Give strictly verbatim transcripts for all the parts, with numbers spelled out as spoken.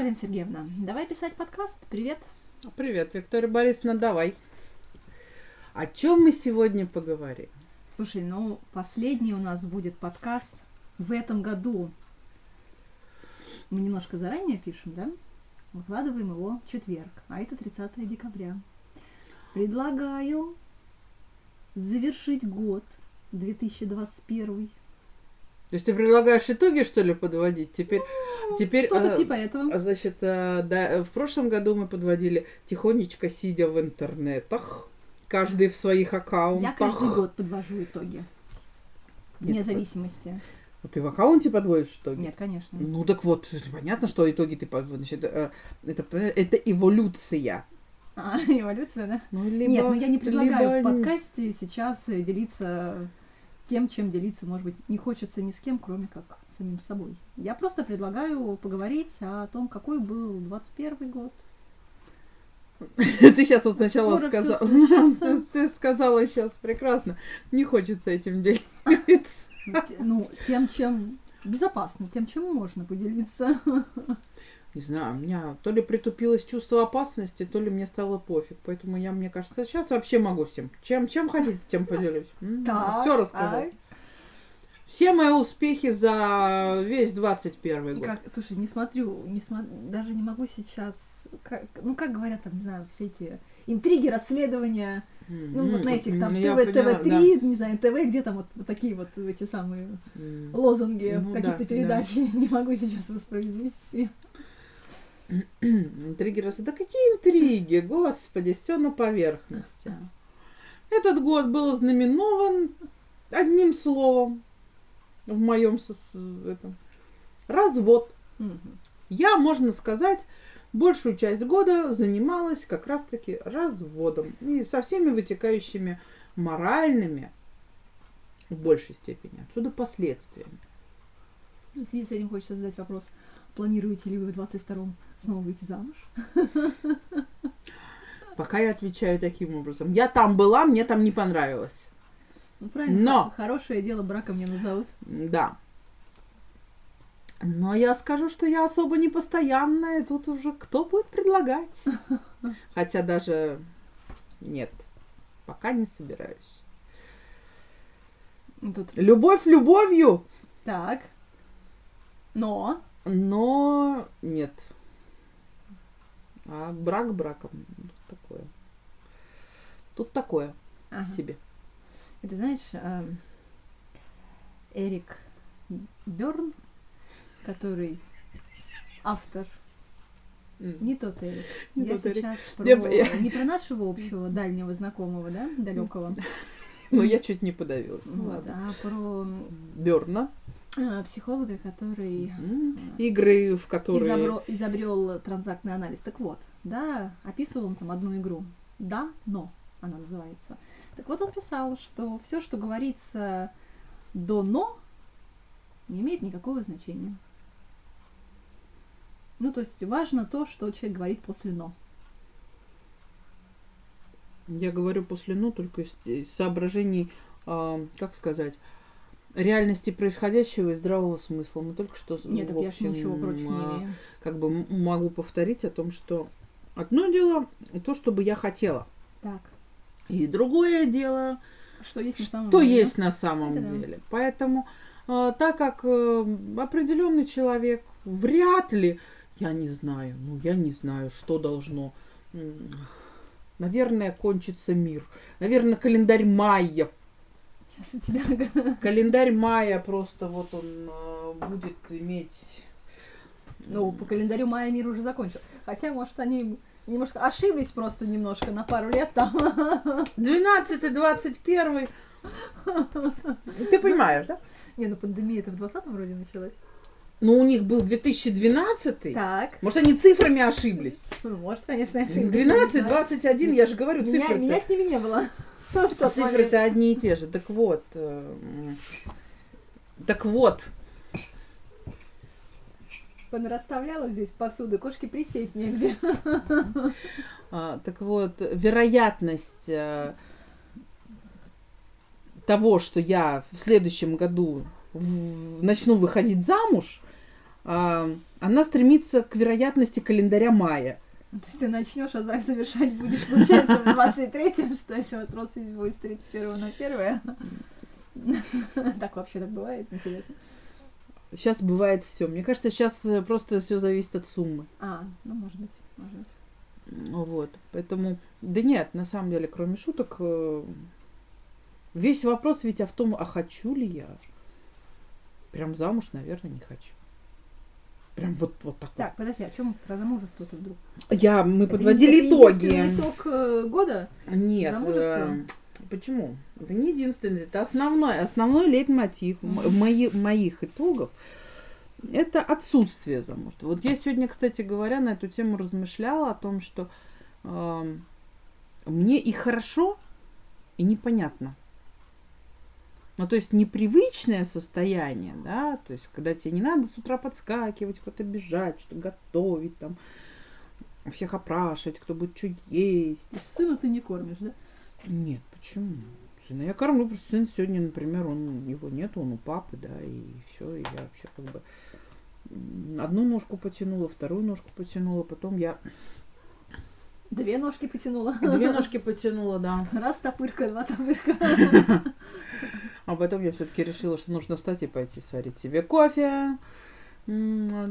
Галина Сергеевна, давай писать подкаст. Привет. Привет, Виктория Борисовна, давай. О чем мы сегодня поговорим? Слушай, ну, последний у нас будет подкаст в этом году. Мы немножко заранее пишем, да? Выкладываем его в четверг, а это тридцатое декабря. Предлагаю завершить год две тысячи двадцать первый. То есть ты предлагаешь итоги, что ли, подводить? Теперь, Ну, теперь что-то а, типа этого. Значит, а, да, в прошлом году мы подводили тихонечко, сидя в интернетах, каждый в своих аккаунтах. Я каждый год подвожу итоги. Вне Нет, зависимости. Вот ты в аккаунте подводишь итоги? Нет, конечно. Ну так вот, понятно, что итоги ты подводишь. Это, это, это эволюция. А, эволюция, да? Ну, либо, Нет, ну я не предлагаю либо... в подкасте сейчас делиться тем, чем делиться, может быть, не хочется ни с кем, кроме как самим собой. Я просто предлагаю поговорить о том, какой был двадцать первый год. Ты сейчас вот сначала Скоро сказала, всё случится. ты сказала сейчас прекрасно, не хочется этим делиться. Ну, тем, чем безопасно, тем, чем можно поделиться. Не знаю, у меня то ли притупилось чувство опасности, то ли мне стало пофиг. Поэтому я, мне кажется, сейчас вообще могу всем. Чем, чем хотите, тем поделюсь. Так, Все расскажу. ай. Все мои успехи за весь двадцать первый год. Как, слушай, не смотрю, не смо... даже не могу сейчас, как, ну как говорят там, не знаю, все эти интриги, расследования, Mm-hmm. ну вот на этих там Я ТВ, поняла, ТВ три, не знаю, ТВ, где там вот, вот такие вот эти самые Mm. лозунги Ну каких-то да, передач, не могу сейчас воспроизвести. Интриги раз. Да какие интриги, господи, все на поверхности. Этот год был знаменован одним словом в моем этом развод. Мгм. Я, можно сказать, большую часть года занималась как раз-таки разводом и со всеми вытекающими моральными, в большей степени, отсюда последствиями. В связи с этим хочется задать вопрос, планируете ли вы в двадцать втором снова выйти замуж? Пока я отвечаю таким образом. Я там была, мне там не понравилось. Ну правильно, Но! Хорошее дело браком не назовут. Да. Но я скажу, что я особо не постоянная. Тут уже кто будет предлагать? Хотя даже нет. Пока не собираюсь. Тут... Любовь любовью, Так. Но... но нет. А брак браком. Тут такое. Тут такое Ага. себе. Это знаешь, эм, Эрик Бёрн, который автор, М. не тот Эрик. Не Я тот Эрик. сейчас про... Я по- я- не про нашего общего дальнего знакомого, да, далекого, Но я чуть не подавилась. Ну вот, ладно. а про Бёрна. э, психолога, который М. Игры, в которые... изобро- изобрел транзактный анализ. Так вот, да, описывал он там одну игру. Да, но она называется. Так вот он писал, что все, что говорится до но, не имеет никакого значения. Ну, то есть важно то, что человек говорит после но. Я говорю после «ну» только из, из соображений, а, как сказать, реальности происходящего и здравого смысла. Мы только что, Нет, в так я ж общем, ничего против не а, имею. как бы м- могу повторить о том, что одно дело то, что бы я хотела, Так, и другое дело, что есть на самом что деле. есть на самом Это да. деле. Поэтому, а, так как э, определенный человек вряд ли, я не знаю, ну я не знаю, что должно, м, наверное, кончится мир. Наверное, календарь майя. Сейчас у тебя... Календарь майя просто вот он э, будет иметь... Ну, по календарю мая мир уже закончил. Хотя, может, они немножко ошиблись просто немножко на пару лет там. двенадцатый, двадцать первый. Ты понимаешь, да? Не, ну пандемия-то в двадцатом вроде началась. Ну, у них был две тысячи двенадцатый. Так. Может, они цифрами ошиблись. Ну, может, конечно, я ошиблась. двенадцать, двадцать один, я же говорю, Меня, цифры. меня с ними не было. в тот момент. Цифры-то одни и те же. Так вот. э, Так вот. Понараставляла здесь посуды, кошки присесть негде. а, Так вот, вероятность э, того, что я в следующем году в- начну выходить замуж, а, она стремится к вероятности календаря мая. То есть ты начнешь, а завершать будешь, получается, в двадцать третьем, что сейчас роспись будет с тридцать первого на первое. Так вообще так бывает, интересно. Сейчас бывает все. Мне кажется, сейчас просто все зависит от суммы. А, ну может быть, может быть. Вот, поэтому, да нет, на самом деле, кроме шуток, весь вопрос ведь в том, а хочу ли я? Прям замуж, наверное, не хочу. Прям вот, вот так. Так, подожди, о чем про замужество-то вдруг? Я, мы это подводили не, это итоги. Это итог э, года? Нет. Замужество? Э, почему? Это не единственный, это основной, основной лейтмотив mm-hmm. мои, моих итогов. Это отсутствие замужества. Вот я сегодня, кстати говоря, на эту тему размышляла о том, что э, мне и хорошо, и непонятно. Ну, то есть непривычное состояние, да, то есть когда тебе не надо с утра подскакивать, куда-то бежать, что-то готовить, там, всех опрашивать, кто будет что есть. То есть сына ты не кормишь, да? Нет, почему? Сына я кормлю, просто сын сегодня, например, он, его нет, он у папы, да, и все, и я вообще как бы одну ножку потянула, вторую ножку потянула, потом я... Две ножки потянула. Две ножки потянула, да. Раз топырка, два топырка. А потом я все-таки решила, что нужно встать и пойти сварить себе кофе. Вот.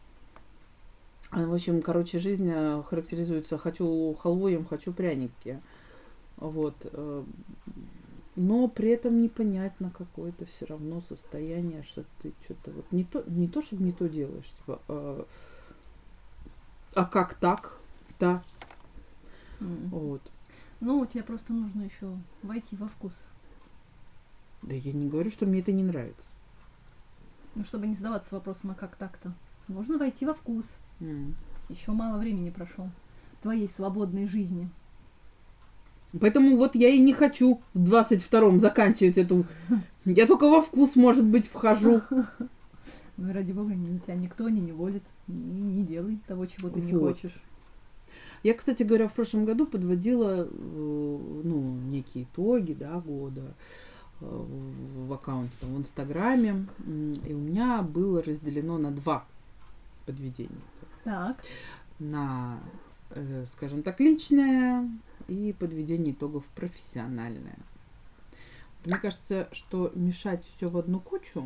В общем, короче, жизнь характеризуется: хочу халву ем, хочу пряники. Вот. Но при этом непонятно какое-то все равно состояние, что ты что-то вот не то, не то, чтобы не то делаешь, типа, а, а как так? Да. Mm. Вот. Ну, тебе просто нужно еще войти во вкус. Да я не говорю, что мне это не нравится. Ну, чтобы не задаваться вопросом, а как так-то? Нужно войти во вкус. Mm. Еще мало времени прошло твоей свободной жизни. Поэтому вот я и не хочу в двадцать втором заканчивать эту... Я только во вкус, может быть, вхожу. Ну и ради бога, тебя никто не неволит. Не, не делай того, чего ты вот. не хочешь. Я, кстати говоря, в прошлом году подводила ну, некие итоги, да, года в аккаунте, там, в Инстаграме. И у меня было разделено на два подведения. Так. На, скажем так, личное и подведение итогов профессиональное. Мне кажется, что мешать все в одну кучу.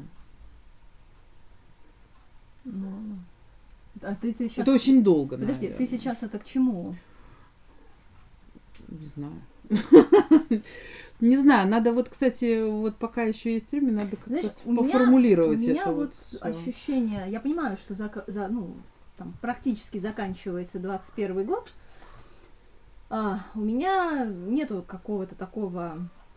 Ну, а ты, ты сейчас... Это очень долго. Подожди, наверное. ты сейчас это к чему? Не знаю. Не знаю, надо вот, кстати, вот пока еще есть время, надо как-то Знаешь, у поформулировать меня, у меня это. вот вот ощущение, я понимаю, что за, за, ну, там, практически заканчивается двадцать первый год, а, у меня нету какого-то такого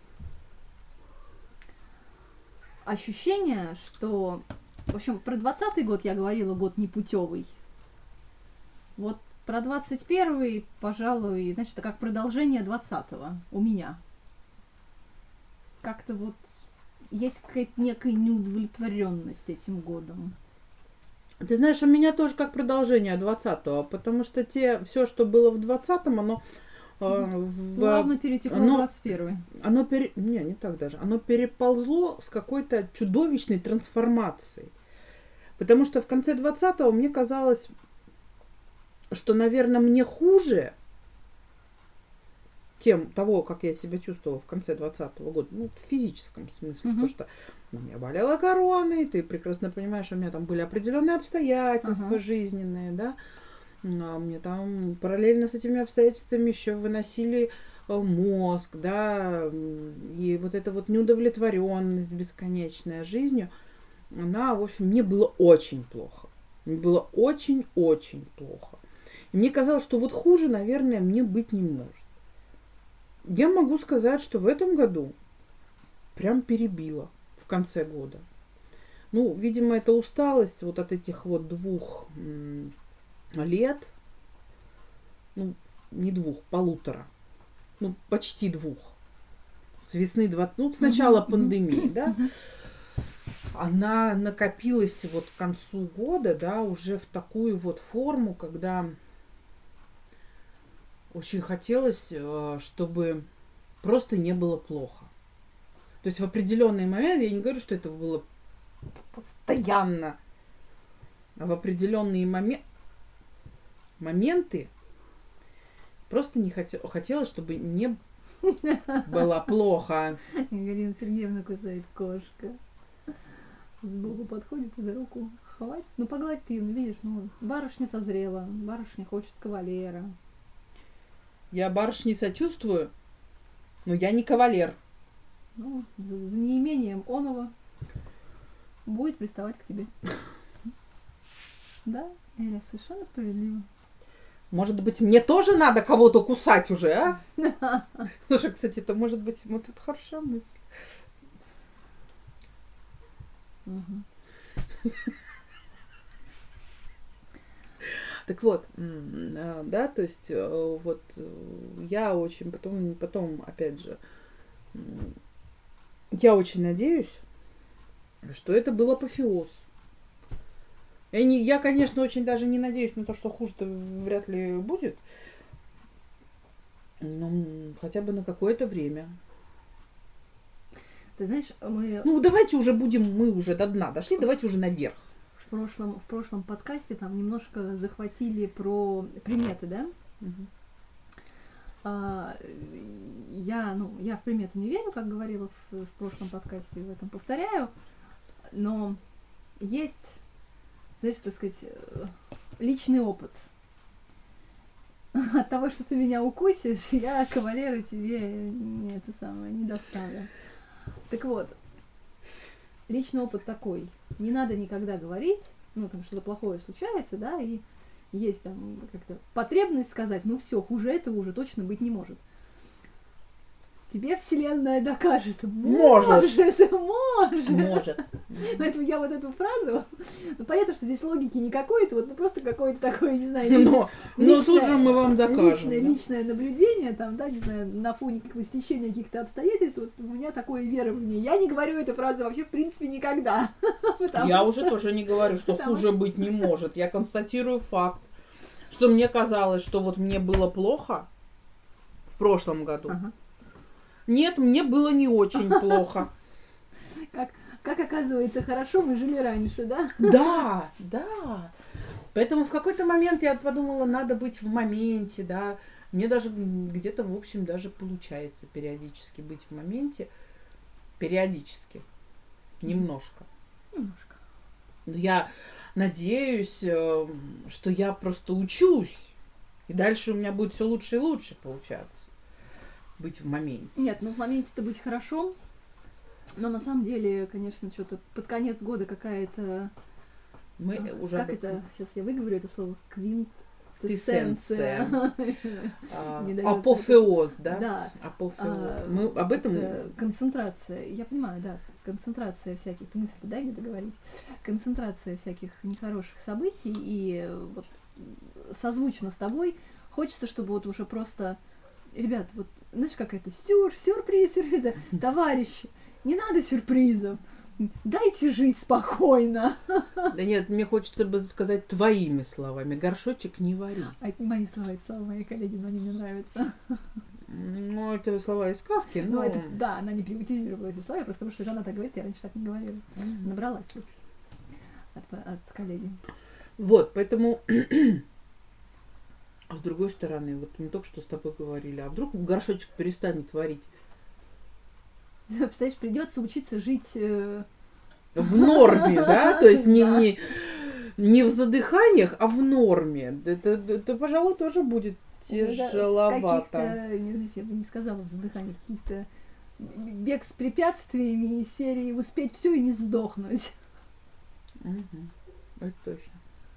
ощущения, что, в общем, про двадцатый год я говорила, год непутевый. Вот про двадцать первый, пожалуй, значит, это как продолжение двадцатого у меня. Как-то вот есть какая-то некая неудовлетворенность этим годом. Ты знаешь, у меня тоже как продолжение двадцатого, потому что те, все, что было в двадцатом, оно э, плавно перетекло в двадцать первый. Оно пере... Не, не так даже. Оно переползло с какой-то чудовищной трансформацией. Потому что в конце двадцатого мне казалось, что, наверное, мне хуже тем того, как я себя чувствовала в конце двадцатого года, ну, в физическом смысле, угу. потому что ну, у меня болела короной, ты прекрасно понимаешь, что у меня там были определенные обстоятельства uh-huh. жизненные, да, а мне там параллельно с этими обстоятельствами еще выносили мозг, да, и вот эта вот неудовлетворенность бесконечная жизнью, она, в общем, мне было очень плохо, мне было очень-очень плохо. И мне казалось, что вот хуже, наверное, мне быть не может. Я могу сказать, что в этом году прям перебило в конце года. Ну, видимо, это усталость вот от этих вот двух м- лет. Ну, не двух, полутора. Ну, почти двух. С весны двадцать... Ну, с начала mm-hmm. пандемии, да. Mm-hmm. Она накопилась вот к концу года, да, уже в такую вот форму, когда... Очень хотелось, чтобы просто не было плохо. То есть в определенный момент, я не говорю, что это было постоянно, А в определенные моме- моменты просто не хотел, хотелось, чтобы не было плохо. Галина Сергеевна кусает кошка. Сбоку подходит и за руку хватит. Ну, погладь ты ее, ну, видишь, ну, барышня созрела, барышня хочет кавалера. Я барышне сочувствую, но я не кавалер. Ну, за, за неимением оного будет приставать к тебе. Да, Эля, совершенно справедливо. Может быть, мне тоже надо кого-то кусать уже, а? Слушай, кстати, это может быть вот это хорошая мысль. Угу. Так вот, да, то есть вот я очень потом, потом, опять же, я очень надеюсь, что это был апофеоз. Я, не, я, конечно, очень даже не надеюсь на то, что хуже-то вряд ли будет. Но хотя бы на какое-то время. Ты знаешь, мы... Ну, давайте уже будем, мы уже до дна дошли, давайте уже наверх. В прошлом, в прошлом подкасте там немножко захватили про приметы, да? Угу. А, я, ну, я в приметы не верю, как говорила в, в прошлом подкасте, в этом повторяю. Но есть, знаешь, так сказать, личный опыт. От того, что ты меня укусишь, я кавалера тебе не, это самое, не доставлю. Так вот, личный опыт такой. Не надо никогда говорить, ну, там что-то плохое случается, да, и есть там как-то потребность сказать, ну все, хуже этого уже точно быть не может. Тебе Вселенная докажет. Может. Может, может. Может. Поэтому я вот эту фразу, ну, понятно, что здесь логики не какой-то, вот, ну, просто какое-то такое, не знаю, но, но тут же мы вам докажем. Личное, да? личное наблюдение, там, да, не знаю, на фоне стечения каких-то обстоятельств, вот у меня такое верование. Я не говорю эту фразу вообще, в принципе, никогда. Я уже тоже не говорю, что хуже быть не может. Я констатирую факт, что мне казалось, что вот мне было плохо в прошлом году. Ага. Нет, мне было не очень плохо. Как, как оказывается, хорошо мы жили раньше, да? Да, да. Поэтому в какой-то момент я подумала, надо быть в моменте, да. Мне даже где-то, в общем, даже получается периодически быть в моменте. Периодически. Немножко. Немножко. Но я надеюсь, что я просто учусь. И дальше у меня будет все лучше и лучше получаться. Быть в моменте. Нет, ну в моменте-то быть хорошо. Но на самом деле, конечно, что-то под конец года какая-то... Мы а, уже... Как это? Сейчас я выговорю это слово. Квинтэссенция. Апофеоз, да? Да. Апофеоз. Мы об этом... Концентрация. Я понимаю, да. Концентрация всяких... Ты мысли дай мне договорить. Концентрация всяких нехороших событий. И вот созвучно с тобой хочется, чтобы вот уже просто... Ребят, вот знаешь, как это? Сюр, сюрприз, сюрприз. Товарищи, не надо сюрпризов. Дайте жить спокойно. Да нет, мне хочется бы сказать твоими словами. Горшочек не вари. А это не мои слова, это слова моей коллеги, но они мне нравятся. Ну, это слова из сказки, но... Ну, это, да, она не приватизировала эти слова, просто потому что она так говорит, я раньше так не говорила. Mm-hmm. Набралась вот от, от коллеги. Вот, поэтому... А с другой стороны, вот мы только что с тобой говорили, а вдруг горшочек перестанет варить? Представляешь, придется учиться жить... Э... В норме, да? То есть не, не, не в задыханиях, а в норме. Это, это, пожалуй, тоже будет тяжеловато. Не знаю, я бы не сказала в задыханиях, каких-то бег с препятствиями из серии успеть все и не сдохнуть. Угу. Это точно.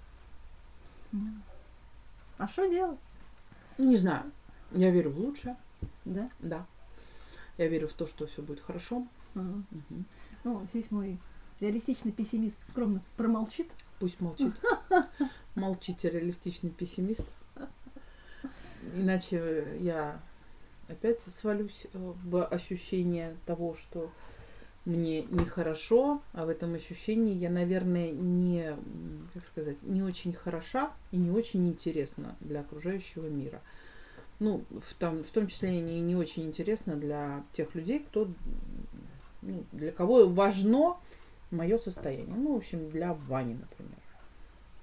А что делать? Не знаю. Я верю в лучшее. Да? Да. Я верю в то, что все будет хорошо. Ага. Угу. Ну, здесь мой реалистичный пессимист скромно промолчит. Пусть молчит. Молчите, реалистичный пессимист. Иначе я опять свалюсь в ощущение того, что мне нехорошо, а в этом ощущении я, наверное, не, как сказать, не очень хороша и не очень интересна для окружающего мира. Ну, в том, в том числе и не, не очень интересно для тех людей, кто, ну, для кого важно мое состояние. Ну, в общем, для Вани, например.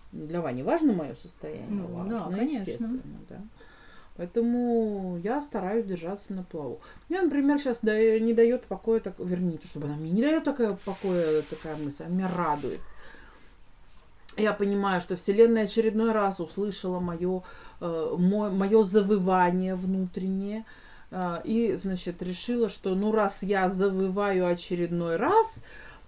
Для Вани важно мое состояние? Ну, важно, да, конечно. естественно, да. Поэтому я стараюсь держаться на плаву. Мне, например, сейчас не дает покоя, так, вернее, чтобы она мне не дает такая покоя, такая мысль, а меня радует. Я понимаю, что Вселенная очередной раз услышала мое, мое завывание внутреннее. И, значит, решила, что ну раз я завываю очередной раз,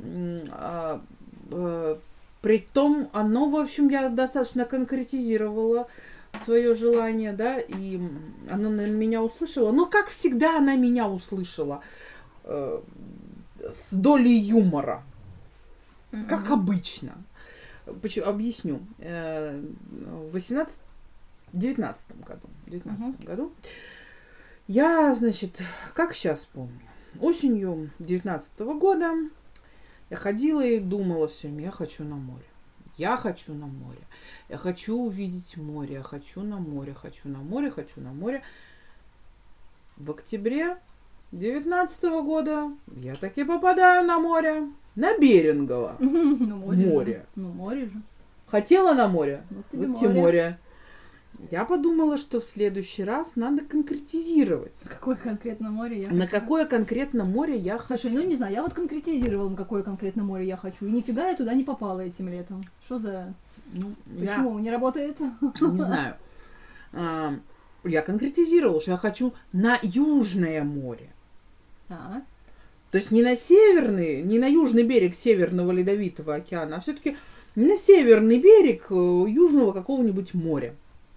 притом оно, в общем, я достаточно конкретизировала свое желание, да, и она, наверное, меня услышала. Но, как всегда, она меня услышала э, с долей юмора, mm-hmm. как обычно. Почему? Объясню. Э, в восемнадцатом, девятнадцатом году, девятнадцатом mm-hmm. году я, значит, как сейчас помню, осенью девятнадцатого года я ходила и думала все время, я хочу на море. Я хочу на море. Я хочу увидеть море. Я хочу на море. Хочу на море. Хочу на море. В октябре девятнадцатого года я таки попадаю на море. На Берингово. Море. Ну, море же. Хотела на море? Вот тебе море. Я подумала, что в следующий раз надо конкретизировать. Какое конкретно море я На хочу? какое конкретно море я хочу? Слушай, ну не знаю, я вот конкретизировала, на какое конкретно море я хочу. И нифига я туда не попала этим летом. Что за... Ну, Почему? Я... Не работает? Не знаю. А, я конкретизировала, что я хочу на Южное море. Так. То есть не на северный, не на южный берег Северного Ледовитого океана, а все-таки на северный берег южного какого-нибудь моря.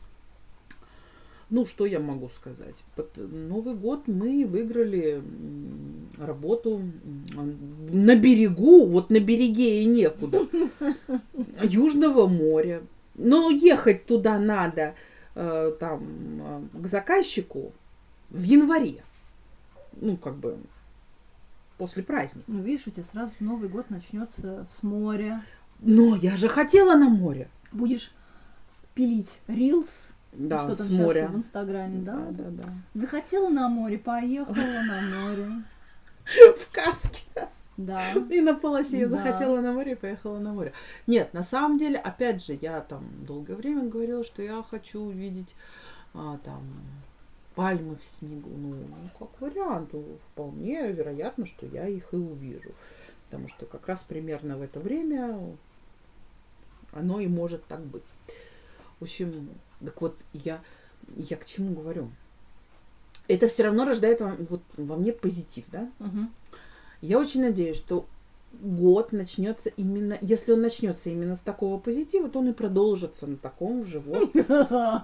Ну, что я могу сказать? Под Новый год мы выиграли работу на берегу, вот на береге и некуда, Южного моря. Но ехать туда надо э, там, к заказчику в январе. Ну, как бы, после праздника. Ну, видишь, у тебя сразу Новый год начнется с моря. Но я же хотела на море. Будешь пилить рилс. Да, что там с моря. В Инстаграме, да? Да, да, да. Захотела на море, поехала на море. В каске. Да. И на полосе я Да. захотела на море, поехала на море. Нет, на самом деле, опять же, я там долгое время говорила, что я хочу увидеть а, там пальмы в снегу. Ну, ну, как вариант, ну, вполне вероятно, что я их и увижу. Потому что как раз примерно в это время оно и может так быть. В общем, так вот, я, я к чему говорю? Это все равно рождает во, вот, во мне позитив, да? Угу. Я очень надеюсь, что год начнется именно, если он начнется именно с такого позитива, то он и продолжится на таком же вот. Это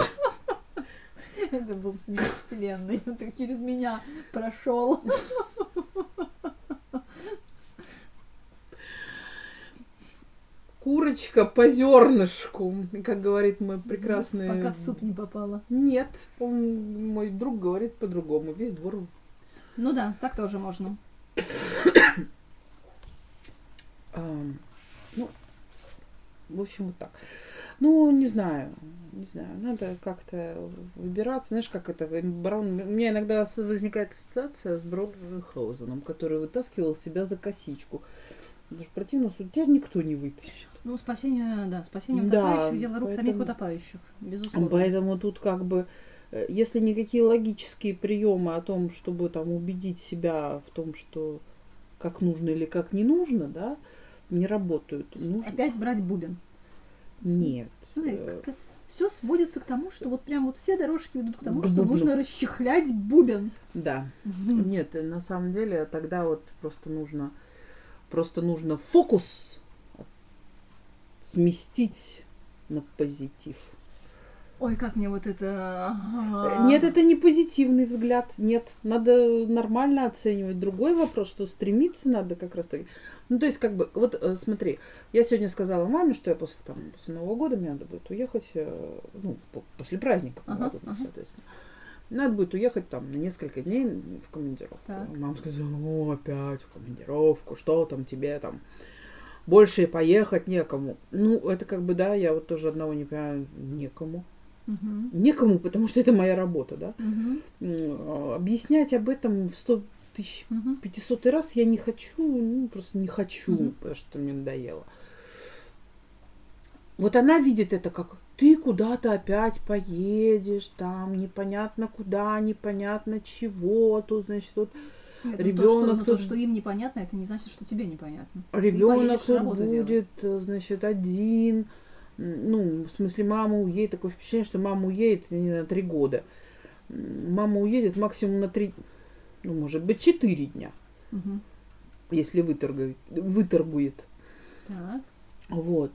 был смех вселенной. Он так через меня прошел. Курочка по зернышку, как говорит мой прекрасный... Пока в суп не попала. Нет, он, мой друг говорит по-другому. Весь двор... Ну да, так тоже можно. а, ну, в общем, вот так. Ну, не знаю, не знаю, надо как-то выбираться. Знаешь, как это... Барон... У меня иногда возникает ассоциация с Браунхаузеном, который вытаскивал себя за косичку. Потому что в противном случае тебя никто не вытащит. Ну, спасение, да, спасение Да, утопающих, дело рук поэтому- самих утопающих, безусловно. Поэтому тут как бы, э, если никакие логические приемы о том, чтобы там убедить себя в том, что как нужно или как не нужно, да, не работают. Нужно... Опять брать бубен. Нет. Смотри, э, как-то все сводится к тому, что вот прям вот все дорожки ведут к тому, К что бубну. нужно расчехлять бубен. Да. Мгм. Нет, э, на самом деле тогда вот просто нужно, просто нужно фокус сместить на позитив. Ой, как мне вот это... Э, Нет, это не позитивный взгляд. Нет, надо нормально оценивать. Другой вопрос, что стремиться надо как раз таки. Ну, то есть, как бы, вот э, смотри, я сегодня сказала маме, что я после, там, после Нового года мне надо будет уехать, э, ну, по- после праздников, Ага, новогодних, ага. соответственно. Надо будет уехать там на несколько дней в командировку. Так. Мама сказала, ну, опять в командировку, что там тебе там, больше и поехать некому. Ну, это как бы, да, я вот тоже одного не понимаю, некому. Мгм. Некому, потому что это моя работа, да. Мгм. М, Объяснять об этом в сто тысяч Мгм. пятисотый раз я не хочу, ну, просто не хочу, Мгм. потому что мне надоело. вот она видит это как ты куда-то опять поедешь, там непонятно куда, непонятно чего, тут, значит, тут Нет, ребенок ну, то, что, ну, тут... то, что им непонятно, это не значит, что тебе непонятно. Ребенок тут работу будет, значит, один. Ну, в смысле, мама уедет. Такое впечатление, что мама уедет не на три года. Мама уедет максимум на три, ну, может быть, четыре дня. Угу. Если выторгует. выторгует. Так. Вот.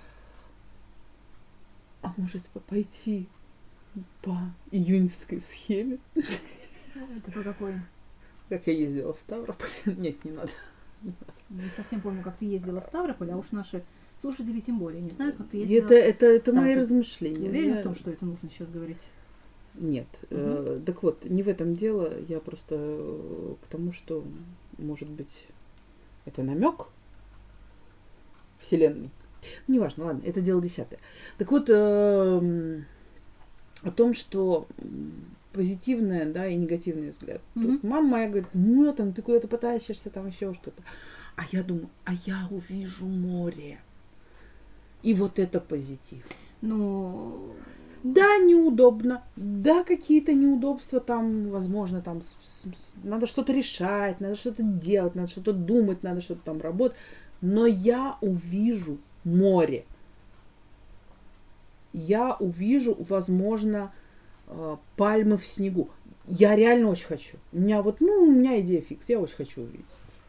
А может пойти по июньской схеме? Это по какой? Как я ездила в Ставрополь. Нет, не надо. Не надо. Не совсем помню, как ты ездила в Ставрополь, а уж наши слушатели тем более не знают, как ты ездила. Это, это, это мои Ставрополь. размышления. Ты уверена я... в том, что это нужно сейчас говорить? Нет. Угу. Э, так вот, не в этом дело. Я просто к тому, что, может быть, это намек Вселенной. Неважно, ладно, это дело десятое. Так вот, э, о том, что позитивное, да, и негативный взгляд. Mm-hmm. Тут мама моя говорит, ну, там, ты куда-то потащишься, там еще что-то. А я думаю, а я увижу море. И вот это позитив. Ну... Да, неудобно. Да, какие-то неудобства там, возможно, там с, с, надо что-то решать, надо что-то делать, надо что-то думать, надо что-то там работать. Но я увижу море. Я увижу, возможно, пальмы в снегу. Я реально очень хочу. У меня вот, ну, у меня идея фикс. Я очень хочу увидеть.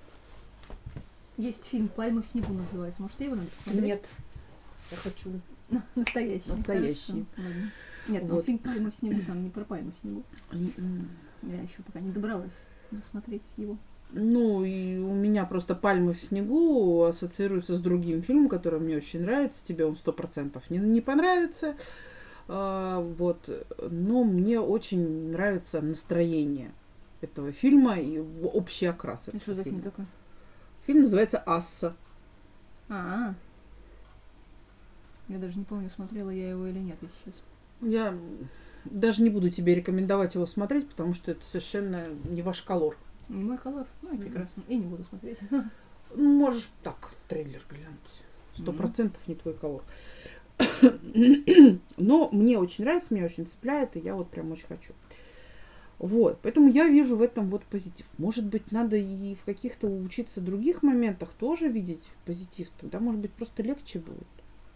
Есть фильм «Пальмы в снегу» называется. Может, его надо посмотреть? Нет. Я хочу. Настоящий. Настоящий. Нет, Вот. ну фильм «Пальмы в снегу» там не про пальмы в снегу. Mm-mm. Я еще пока не добралась досмотреть его. Ну, и у меня просто «Пальмы в снегу» ассоциируется с другим фильмом, который мне очень нравится. Тебе он сто процентов не, не понравится. А, вот. Но мне очень нравится настроение этого фильма и общий окрас. И что за фильм такой? Фильм называется «Асса». А-а. Я даже не помню, смотрела я его или нет, если честно. Я даже не буду тебе рекомендовать его смотреть, потому что это совершенно не ваш колор. Не мой колор? Ну и прекрасно. И не буду смотреть. Можешь так трейлер глянуть. Сто процентов не твой колор. Но мне очень нравится, меня очень цепляет, и я вот прям очень хочу. Вот. Поэтому я вижу в этом вот позитив. Может быть, надо и в каких-то учиться других моментах тоже видеть позитив. Тогда, может быть, просто легче будет.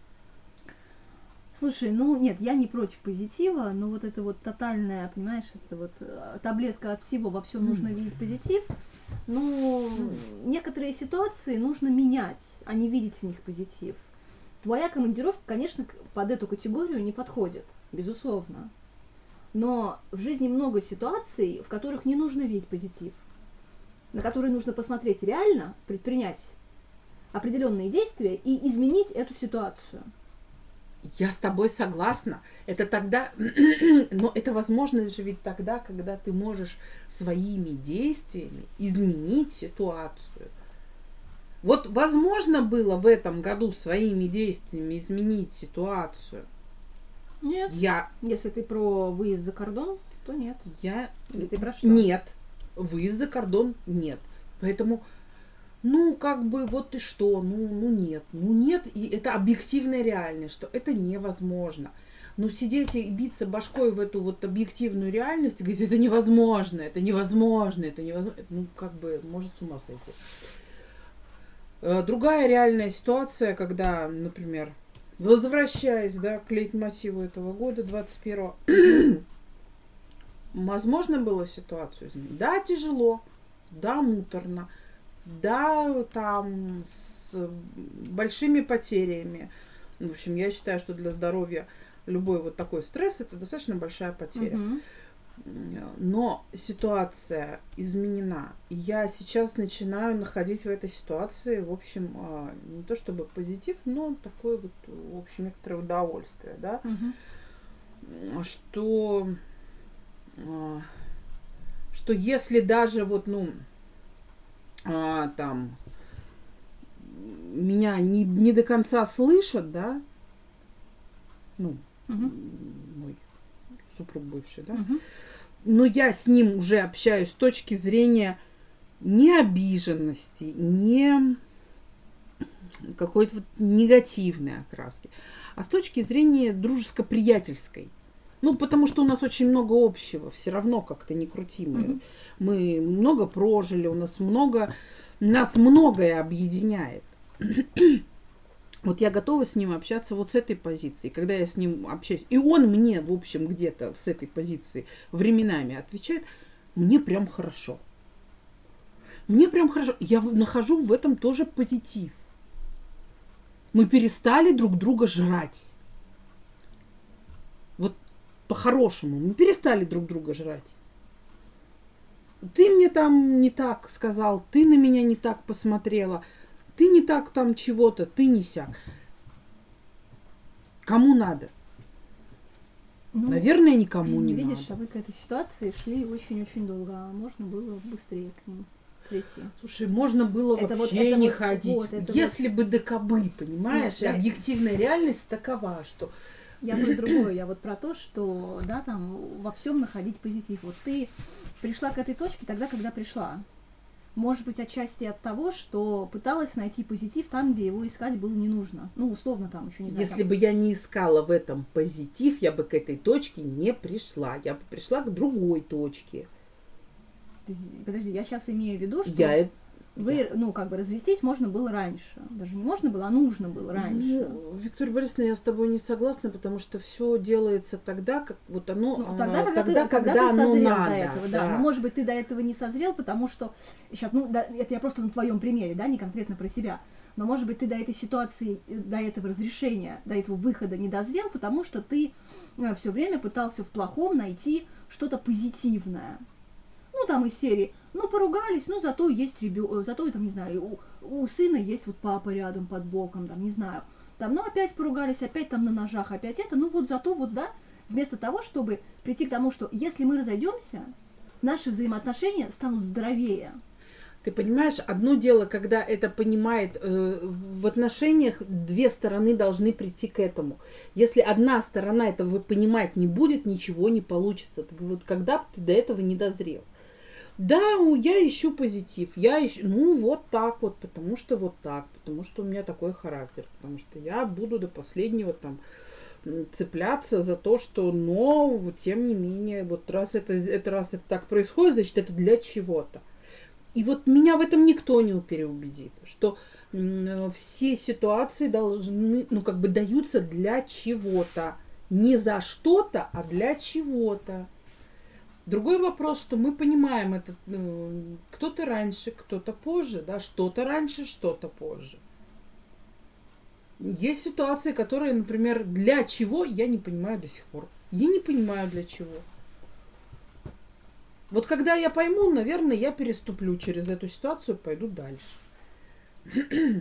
Слушай, ну нет, я не против позитива, но вот это вот тотальная, понимаешь, это вот таблетка от всего, во всем нужно видеть позитив. Ну, некоторые ситуации нужно менять, а не видеть в них позитив. Твоя командировка, конечно, под эту категорию не подходит, безусловно. Но в жизни много ситуаций, в которых не нужно видеть позитив, на которые нужно посмотреть реально, предпринять определенные действия и изменить эту ситуацию. Я с тобой согласна. Это тогда, но это возможно же ведь тогда, когда ты можешь своими действиями изменить ситуацию. Вот возможно было в этом году своими действиями изменить ситуацию? Нет. Я... Если ты про выезд за кордон, то нет. Я... Или ты про что? Нет. Выезд за кордон нет. Поэтому, ну, как бы, вот и что? Ну, ну, нет. Ну, нет. И это объективная реальность, что это невозможно. Но сидеть и биться башкой в эту вот объективную реальность и говорить, это невозможно, это невозможно, это невозможно. Ну, как бы, может с ума сойти. Другая реальная ситуация, когда, например, возвращаясь, да, к лейтмотиву этого года, двадцать первого, возможно было ситуацию изменить. Да, тяжело, да, муторно, да, там, с большими потерями. В общем, я считаю, что для здоровья любой вот такой стресс – это достаточно большая потеря. Угу. Но ситуация изменена. И я сейчас начинаю находить в этой ситуации, в общем, не то чтобы позитив, но такое вот, в общем, некоторое удовольствие, да, Угу. что, что если даже вот, ну, там, меня не, не до конца слышат, да, ну, Угу. мой супруг бывший, да, Угу. но я с ним уже общаюсь с точки зрения не обиженности, не какой-то вот негативной окраски, а с точки зрения дружеско-приятельской. Ну, потому что у нас очень много общего, все равно как-то не крути. Мы, mm-hmm. мы много прожили, у нас много, нас многое объединяет. Вот я готова с ним общаться вот с этой позиции. Когда я с ним общаюсь, и он мне, в общем, где-то с этой позиции временами отвечает, мне прям хорошо. Мне прям хорошо. Я нахожу в этом тоже позитив. Мы перестали друг друга жрать. Вот по-хорошему. Мы перестали друг друга жрать. Ты мне там не так сказал, ты на меня не так посмотрела, ты не так там чего-то, ты не сяк. Кому надо? Ну, наверное, никому не видишь, надо. Видишь, а вы к этой ситуации шли очень-очень долго, а можно было быстрее к ним прийти. Слушай, можно было это вообще вот, не вот, ходить. Вот, Если вот... бы до кобы, понимаешь? Нет, объективная я... реальность такова, что... Я про другое, я вот про то, что, да, там, во всем находить позитив. Вот ты пришла к этой точке тогда, когда пришла. Может быть, отчасти от того, что пыталась найти позитив там, где его искать было не нужно. Ну, условно, там еще не знаю. Если там... бы я не искала в этом позитив, я бы к этой точке не пришла. Я бы пришла к другой точке. Подожди, я сейчас имею в виду, что я... вы, я... ну, как бы развестись можно было раньше. Даже не можно было, а нужно было раньше. Ну, Виктория Борисовна, я с тобой не согласна, потому что все делается тогда, как вот оно... Ну, тогда, когда, тогда, ты, когда, когда ты оно созрел надо, до этого, да. да. Но, может быть, ты до этого не созрел, потому что... Сейчас, ну, да, это я просто на твоем примере, да, не конкретно про тебя. Но, может быть, ты до этой ситуации, до этого разрешения, до этого выхода не дозрел, потому что ты все время пытался в плохом найти что-то позитивное. Ну, там из серии, ну, поругались, ну, зато есть ребенок, зато, там, не знаю, у, у сына есть вот папа рядом под боком, там, не знаю. Там, ну, опять поругались, опять там на ножах, опять это, ну, вот зато вот, да, вместо того, чтобы прийти к тому, что если мы разойдемся, наши взаимоотношения станут здоровее. Ты понимаешь, одно дело, когда это понимает, э, в отношениях две стороны должны прийти к этому. Если одна сторона этого понимать не будет, ничего не получится. Вот когда ты до этого не дозрел. Да, я ищу позитив, я ищу, ну вот так вот, потому что вот так, потому что у меня такой характер, потому что я буду до последнего там цепляться за то, что, но тем не менее, вот раз это, это раз это так происходит, значит это для чего-то. И вот меня в этом никто не переубедит, что м, все ситуации должны, ну как бы даются для чего-то, не за что-то, а для чего-то. Другой вопрос, что мы понимаем это, кто-то раньше, кто-то позже, да, что-то раньше, что-то позже. Есть ситуации, которые, например, для чего, я не понимаю до сих пор. Я не понимаю для чего. Вот когда я пойму, наверное, я переступлю через эту ситуацию, пойду дальше.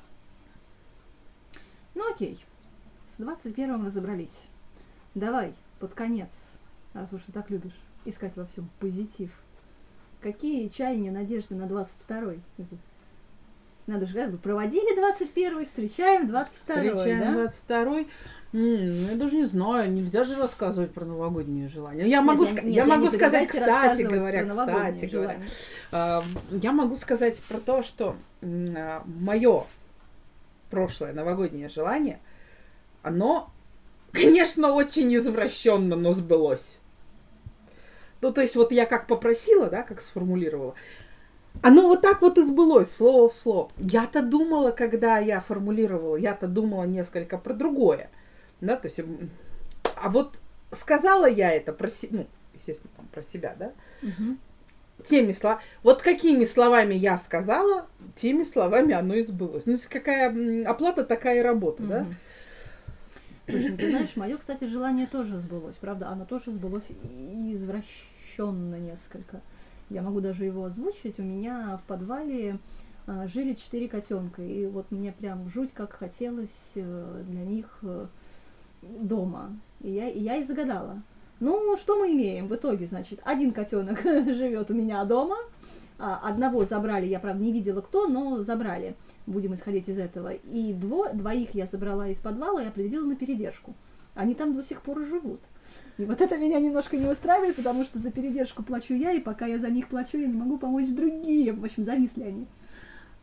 Ну окей, с двадцать первым разобрались. Давай, под конец, раз уж ты так любишь искать во всем позитив. Какие чаяния, надежды на двадцать второй? Надо же, как бы проводили двадцать первый, встречаем двадцать второй, встречаем да? двадцать второй. М-м, я даже не знаю, нельзя же рассказывать про новогодние желания. Я могу, нет, ска- нет, я могу сказать, кстати говоря, кстати говоря, э, я могу сказать про то, что э, мое прошлое новогоднее желание, оно, конечно, очень извращенно, но сбылось. Ну, то есть, вот я как попросила, да, как сформулировала, оно вот так вот и сбылось, слово в слово. Я-то думала, когда я формулировала, я-то думала несколько про другое, да, то есть, а вот сказала я это про себя, ну, естественно, там, про себя, да, угу. Теми словами, вот какими словами я сказала, теми словами оно и сбылось. Ну, то есть, какая оплата, такая и работа, угу. Да. Слушай, ты знаешь, мое, кстати, желание тоже сбылось, правда, оно тоже сбылось извращенно несколько. Я могу даже его озвучить. У меня в подвале а, жили четыре котенка, и вот мне прям жуть как хотелось а, для них а, дома. И я, и я и загадала. Ну, что мы имеем в итоге, значит, один котенок живет у меня дома, а, одного забрали, я, правда, не видела кто, но забрали. Будем исходить из этого. И дво, двоих я забрала из подвала и определила на передержку. Они там до сих пор живут. И вот это меня немножко не устраивает, потому что за передержку плачу я, и пока я за них плачу, я не могу помочь другим. В общем, зависли они.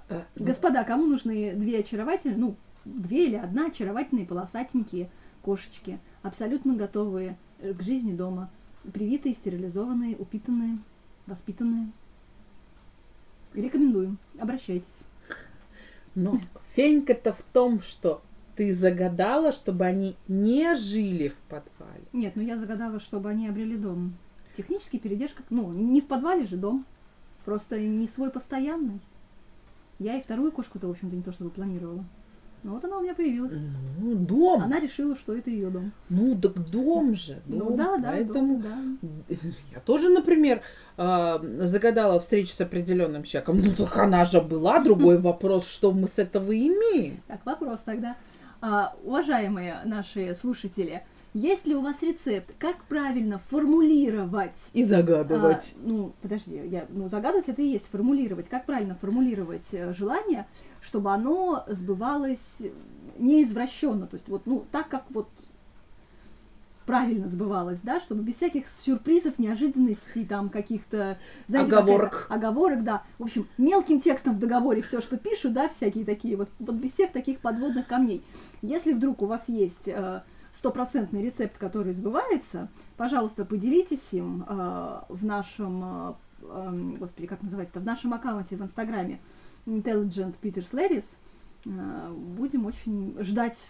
Э, ну, Господа, кому нужны две очаровательные, ну, две или одна очаровательные полосатенькие кошечки, абсолютно готовые э, к жизни дома, привитые, стерилизованные, упитанные, воспитанные? Рекомендуем. Обращайтесь. Но фенька-то в том, что ты загадала, чтобы они не жили в подвале. Нет, ну я загадала, чтобы они обрели дом. Технически передержка, ну, не в подвале же дом. Просто не свой постоянный. Я и вторую кошку-то, в общем-то, не то чтобы планировала. Но вот она у меня появилась. Ну, дом. Она решила, что это ее дом. Ну, так дом же. Ну дом. да, да, Поэтому дом, да. я тоже, например, э, загадала встречу с определенным человеком. Ну, так она же была. Другой вопрос, что мы с этого имеем. Так, вопрос тогда. А, уважаемые наши слушатели, есть ли у вас рецепт, как правильно формулировать? И загадывать. А, ну, подожди, я, ну, загадывать это и есть формулировать. Как правильно формулировать э, желание, чтобы оно сбывалось неизвращенно, то есть вот, ну, так, как вот правильно сбывалось, да, чтобы без всяких сюрпризов, неожиданностей, там, каких-то... знаете, Оговорок. какая-то- Оговорок, да. В общем, мелким текстом в договоре все, что пишут, да, всякие такие, вот, вот без всех таких подводных камней. Если вдруг у вас есть э, стопроцентный рецепт, который сбывается, пожалуйста, поделитесь им э, в нашем, э, э, господи, как называется-то, в нашем аккаунте в Инстаграме Intelligent Peters Ladies. Э, будем очень ждать.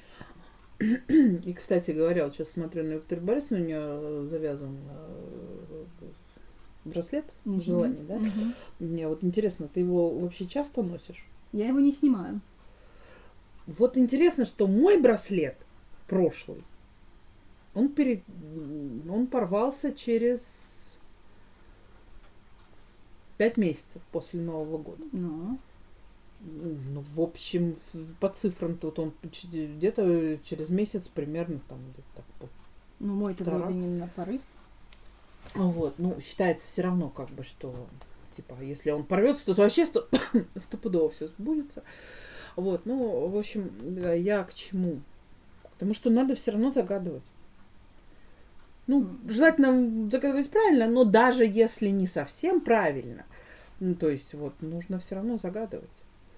И, кстати говоря, вот сейчас смотрю на Викторию Борисовну, у нее завязан э, браслет Мгм. желаний, да? Мгм. Мне вот интересно, ты его вообще часто носишь? Я его не снимаю. Вот интересно, что мой браслет прошлый, он, перед... он порвался через пять месяцев после Нового года. Но Ну, в общем, в- по цифрам тут он ч- где-то через месяц примерно там где-то так. вот. ну, мой-то Второй. вроде не на порыв. Вот, ну, считается все равно, как бы, что, типа, если он порвется, то вообще сто- стопудово все сбудется. Вот, ну, в общем, да, я к чему? Потому что надо все равно загадывать. Ну, желательно загадывать правильно, но даже если не совсем правильно, ну, то есть, вот, нужно все равно загадывать.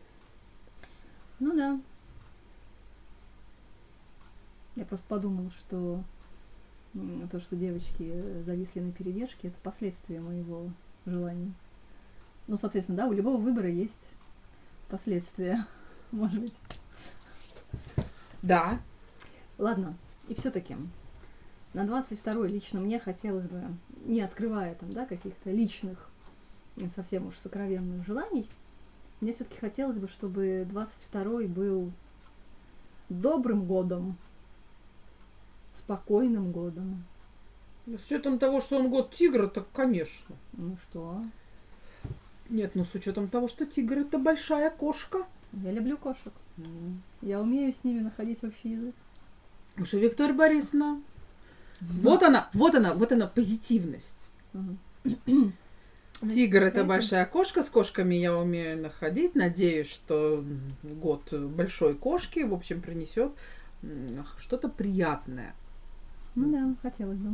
Ну да. Я просто подумала, что м, то, что девочки зависли на передержке, это последствия моего желания. Ну, соответственно, да, у любого выбора есть последствия, может быть. Да. Ладно, и все-таки на двадцать второй лично мне хотелось бы, не открывая там, да, каких-то личных, м, совсем уж сокровенных желаний, мне все-таки хотелось бы, чтобы двадцать второй был добрым годом, спокойным годом. С учетом того, что он год тигра, так, конечно. Ну что, Нет, ну с учетом того, что тигр это большая кошка. я люблю кошек. Я умею с ними находить общий язык. Уж и Виктория Борисовна. Вот она, вот она, вот она позитивность. Мгм. Тигр это Это- большая кошка, с кошками я умею находить. Надеюсь, что год большой кошки, в общем, принесет м, что-то приятное. Ну да, хотелось бы.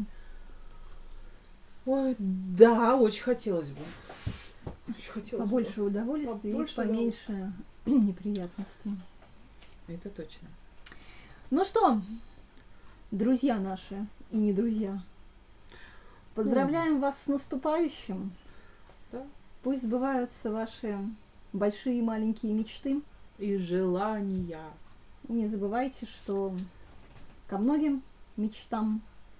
Ой, да, очень хотелось бы. Очень хотелось Побольше удовольствий, Побольше поменьше неприятностей. бы. Это точно. Ну что, друзья наши и не друзья, поздравляем вас с наступающим. Да. Пусть сбываются ваши большие и маленькие мечты. И желания. И не забывайте, что ко многим мечтам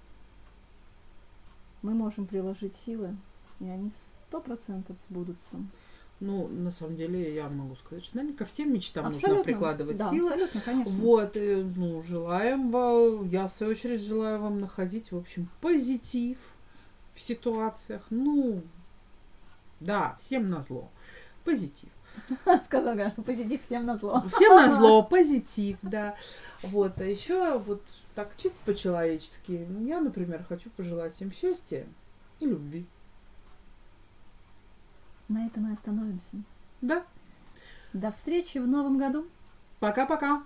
мы можем приложить силы, и они сто процентов сбудутся. Ну, на самом деле, я могу сказать, что, наверное, ко всем мечтам нужно Абсолютно. прикладывать Да, силы. абсолютно, конечно. Вот, и, ну, желаем вам, я в свою очередь желаю вам находить, в общем, позитив в ситуациях. Ну, да, всем назло. Позитив. Сказала, позитив всем назло. Всем назло, позитив, да. Вот, а еще вот так чисто по-человечески, я, например, хочу пожелать всем счастья и любви. На этом мы остановимся. Да. До встречи в новом году. Пока-пока.